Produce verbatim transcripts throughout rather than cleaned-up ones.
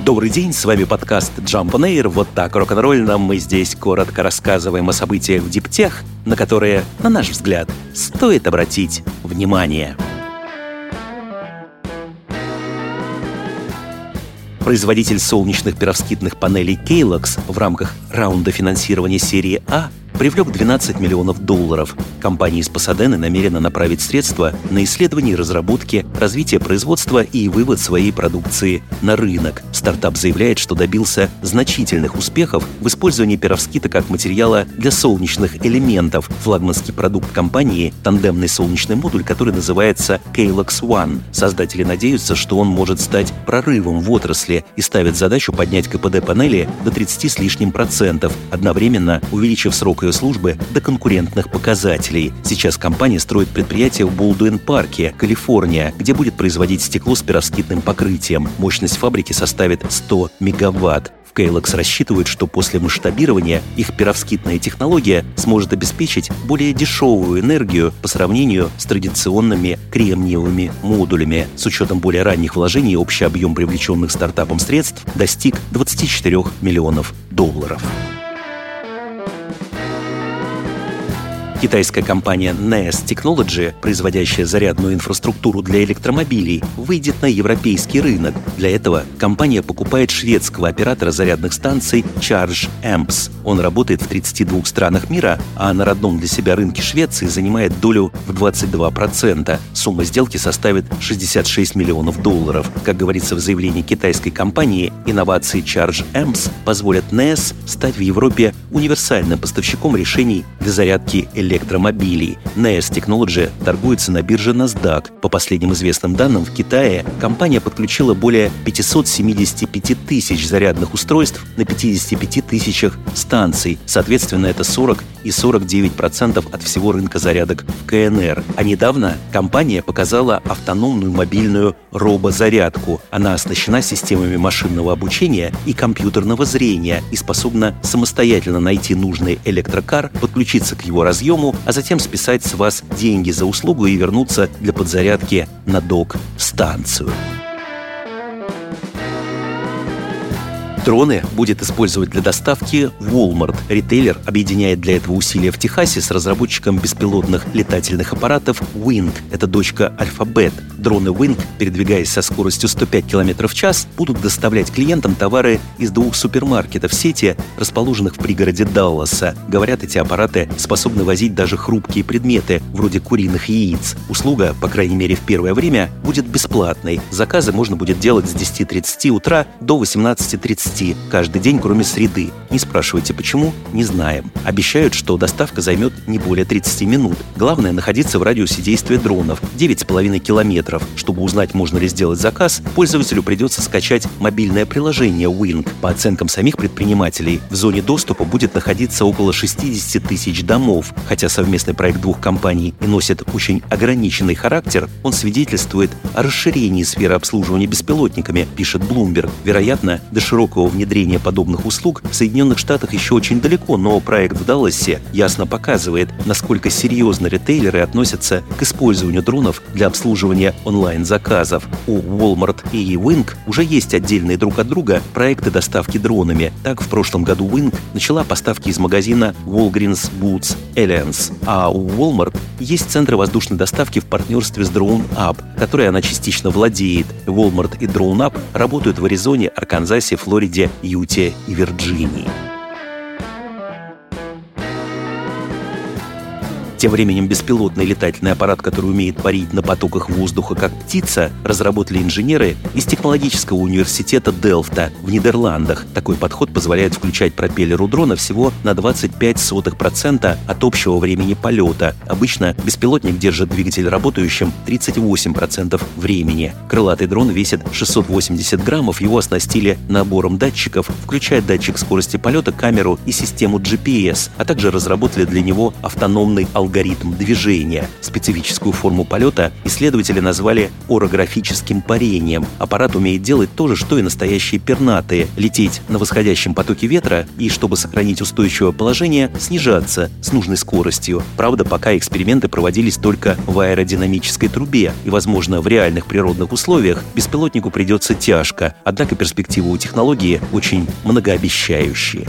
Добрый день, с вами подкаст Jump on Air. Вот так рок-н-ролльно мы здесь коротко рассказываем о событиях в диптех, на которые, на наш взгляд, стоит обратить внимание. Производитель солнечных перовскитных панелей Calyx в рамках раунда финансирования серии А привлек двенадцать миллионов долларов. Компания из Пасадены намерена направить средства на исследование и разработки, развитие производства и вывод своей продукции на рынок. Стартап заявляет, что добился значительных успехов в использовании перовскита как материала для солнечных элементов. Флагманский продукт компании – тандемный солнечный модуль, который называется Calyx One. Создатели надеются, что он может стать прорывом в отрасли и ставят задачу поднять КПД панели до тридцати с лишним процентов, одновременно увеличив срок ее службы до конкурентных показателей. Сейчас компания строит предприятие в Болдуин-парке, Калифорния, где будет производить стекло с перовскитным покрытием. Мощность фабрики составит сто мегаватт. В Calyx рассчитывают, что после масштабирования их перовскитная технология сможет обеспечить более дешевую энергию по сравнению с традиционными кремниевыми модулями. С учетом более ранних вложений общий объем привлеченных стартапом средств достиг двадцати четырёх миллионов долларов. Китайская компания Nees Technology, производящая зарядную инфраструктуру для электромобилей, выйдет на европейский рынок. Для этого компания покупает шведского оператора зарядных станций ChargeAmps. Он работает в тридцати двух странах мира, а на родном для себя рынке Швеции занимает долю в двадцать два процента. Сумма сделки составит шестьдесят шесть миллионов долларов. Как говорится в заявлении китайской компании, инновации ChargeAmps позволят Nees стать в Европе универсальным поставщиком решений для зарядки электромобилей. электромобилей. Nees Technology торгуется на бирже NASDAQ. По последним известным данным, в Китае компания подключила более пятьсот семьдесят пять тысяч зарядных устройств на пятидесяти пяти тысячах станций. Соответственно, это сорок и сорок девять процентов от всего рынка зарядок в КНР. А недавно компания показала автономную мобильную робозарядку. Она оснащена системами машинного обучения и компьютерного зрения и способна самостоятельно найти нужный электрокар, подключиться к его разъему, а затем списать с вас деньги за услугу и вернуться для подзарядки на док-станцию. Дроны будет использовать для доставки Walmart. Ритейлер объединяет для этого усилия в Техасе с разработчиком беспилотных летательных аппаратов Wing. Это дочка Alphabet. Дроны Wing, передвигаясь со скоростью сто пять километров в час, будут доставлять клиентам товары из двух супермаркетов сети, расположенных в пригороде Далласа. Говорят, эти аппараты способны возить даже хрупкие предметы, вроде куриных яиц. Услуга, по крайней мере в первое время, будет бесплатной. Заказы можно будет делать с десяти тридцати утра до восемнадцати тридцати. Каждый день, кроме среды. Не спрашивайте, почему, не знаем. Обещают, что доставка займет не более тридцати минут. Главное — находиться в радиусе действия дронов — девять с половиной километров. Чтобы узнать, можно ли сделать заказ, пользователю придется скачать мобильное приложение Wing. По оценкам самих предпринимателей, в зоне доступа будет находиться около шестидесяти тысяч домов. Хотя совместный проект двух компаний и носит очень ограниченный характер, он свидетельствует о расширении сферы обслуживания беспилотниками, пишет Bloomberg. Вероятно, до широкого внедрения подобных услуг в Соединенных Штатах еще очень далеко, но проект в Далласе ясно показывает, насколько серьезно ритейлеры относятся к использованию дронов для обслуживания онлайн-заказов. У Walmart и Wing уже есть отдельные друг от друга проекты доставки дронами. Так, в прошлом году Wing начала поставки из магазина Walgreens Boots Alliance, а у Walmart есть центры воздушной доставки в партнерстве с DroneUp, которой она частично владеет. Walmart и DroneUp работают в Аризоне, Арканзасе, Флориде, Юте и Вирджинии. Тем временем беспилотный летательный аппарат, который умеет парить на потоках воздуха как птица, разработали инженеры из технологического университета Делфта в Нидерландах. Такой подход позволяет включать пропеллер у дрона всего на двадцать пять сотых процента от общего времени полета. Обычно беспилотник держит двигатель работающим тридцать восемь процентов времени. Крылатый дрон весит шестьсот восемьдесят граммов, его оснастили набором датчиков, включая датчик скорости полета, камеру и систему джи пи эс, а также разработали для него автономный алгоритм алгоритм движения. Специфическую форму полета исследователи назвали орографическим парением. Аппарат умеет делать то же, что и настоящие пернатые – лететь на восходящем потоке ветра и, чтобы сохранить устойчивое положение, снижаться с нужной скоростью. Правда, пока эксперименты проводились только в аэродинамической трубе, и, возможно, в реальных природных условиях беспилотнику придется тяжко, однако перспективы у технологии очень многообещающие.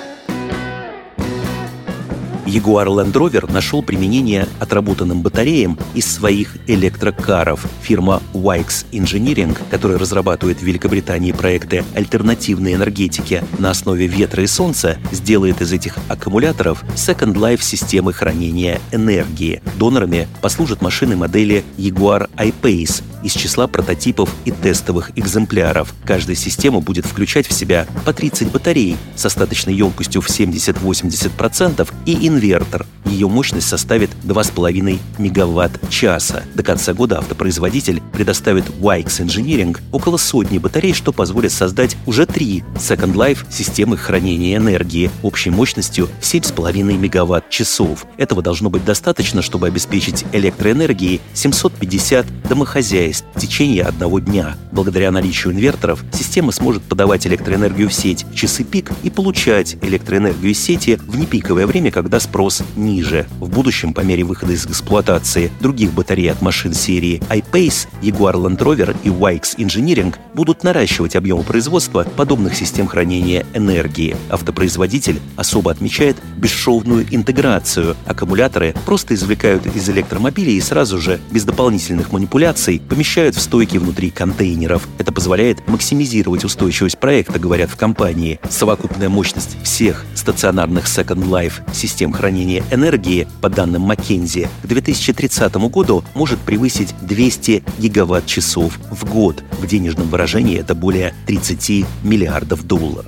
Jaguar Land Rover нашел применение отработанным батареям из своих электрокаров. Фирма Wix Engineering, которая разрабатывает в Великобритании проекты альтернативной энергетики на основе ветра и солнца, сделает из этих аккумуляторов Second Life системы хранения энергии. Донорами послужат машины модели Jaguar I-Pace из числа прототипов и тестовых экземпляров. Каждая система будет включать в себя по тридцать батарей с остаточной емкостью в семьдесят-восемьдесят процентов и инвертор. Ее мощность составит два с половиной мегаватт-часа. До конца года автопроизводитель предоставит Wix Engineering около сотни батарей, что позволит создать уже три Second Life системы хранения энергии общей мощностью в семь с половиной мегаватт-часов. Этого должно быть достаточно, чтобы обеспечить электроэнергией семьсот пятьдесят домохозяйств в течение одного дня. Благодаря наличию инверторов система сможет подавать электроэнергию в сеть в часы пик и получать электроэнергию из сети в непиковое время, когда спрос ниже. В будущем, по мере выхода из эксплуатации других батарей от машин серии I-Pace, Jaguar Land Rover и Wix Engineering будут наращивать объемы производства подобных систем хранения энергии. Автопроизводитель особо отмечает бесшовную интеграцию. Аккумуляторы просто извлекают из электромобилей и сразу же, без дополнительных манипуляций, помещают в стойки внутри контейнеров. Это позволяет максимизировать устойчивость проекта, говорят в компании. Совокупная мощность всех стационарных Second Life систем хранения энергии, по данным McKinsey, к две тысячи тридцатому году может превысить двести гигаватт-часов в год. В денежном выражении это более тридцать миллиардов долларов.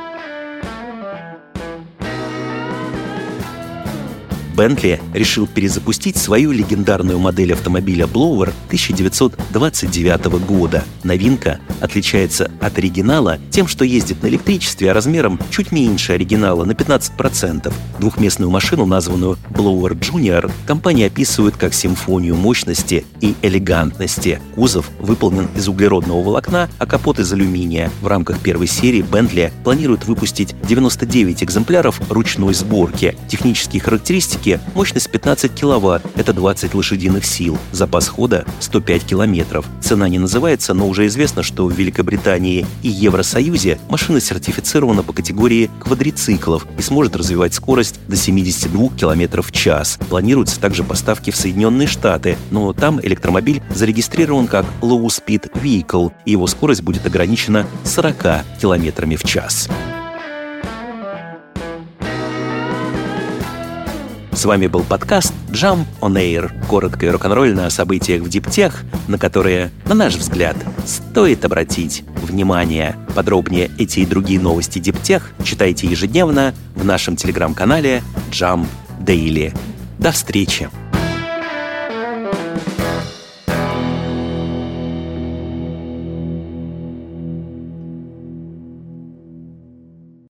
Bentley решил перезапустить свою легендарную модель автомобиля Blower тысяча девятьсот двадцать девятого года. Новинка отличается от оригинала тем, что ездит на электричестве, а размером чуть меньше оригинала на пятнадцать процентов. Двухместную машину, названную Blower Junior, компания описывает как симфонию мощности и элегантности. Кузов выполнен из углеродного волокна, а капот из алюминия. В рамках первой серии Bentley планирует выпустить девяносто девять экземпляров ручной сборки. Технические характеристики: мощность пятнадцать киловатт, это двадцать лошадиных сил, запас хода сто пять километров. Цена не называется, но уже известно, что в Великобритании и Евросоюзе машина сертифицирована по категории квадрициклов и сможет развивать скорость до семьдесят два километра в час. Планируются также поставки в Соединенные Штаты, но там электромобиль зарегистрирован как Low Speed Vehicle, и его скорость будет ограничена сорока километрами в час. С вами был подкаст Jump on Air. Коротко и рок-н-ролльно о событиях в диптех, на которые, на наш взгляд, стоит обратить внимание. Подробнее эти и другие новости диптех читайте ежедневно в нашем телеграм-канале Jump Daily. До встречи!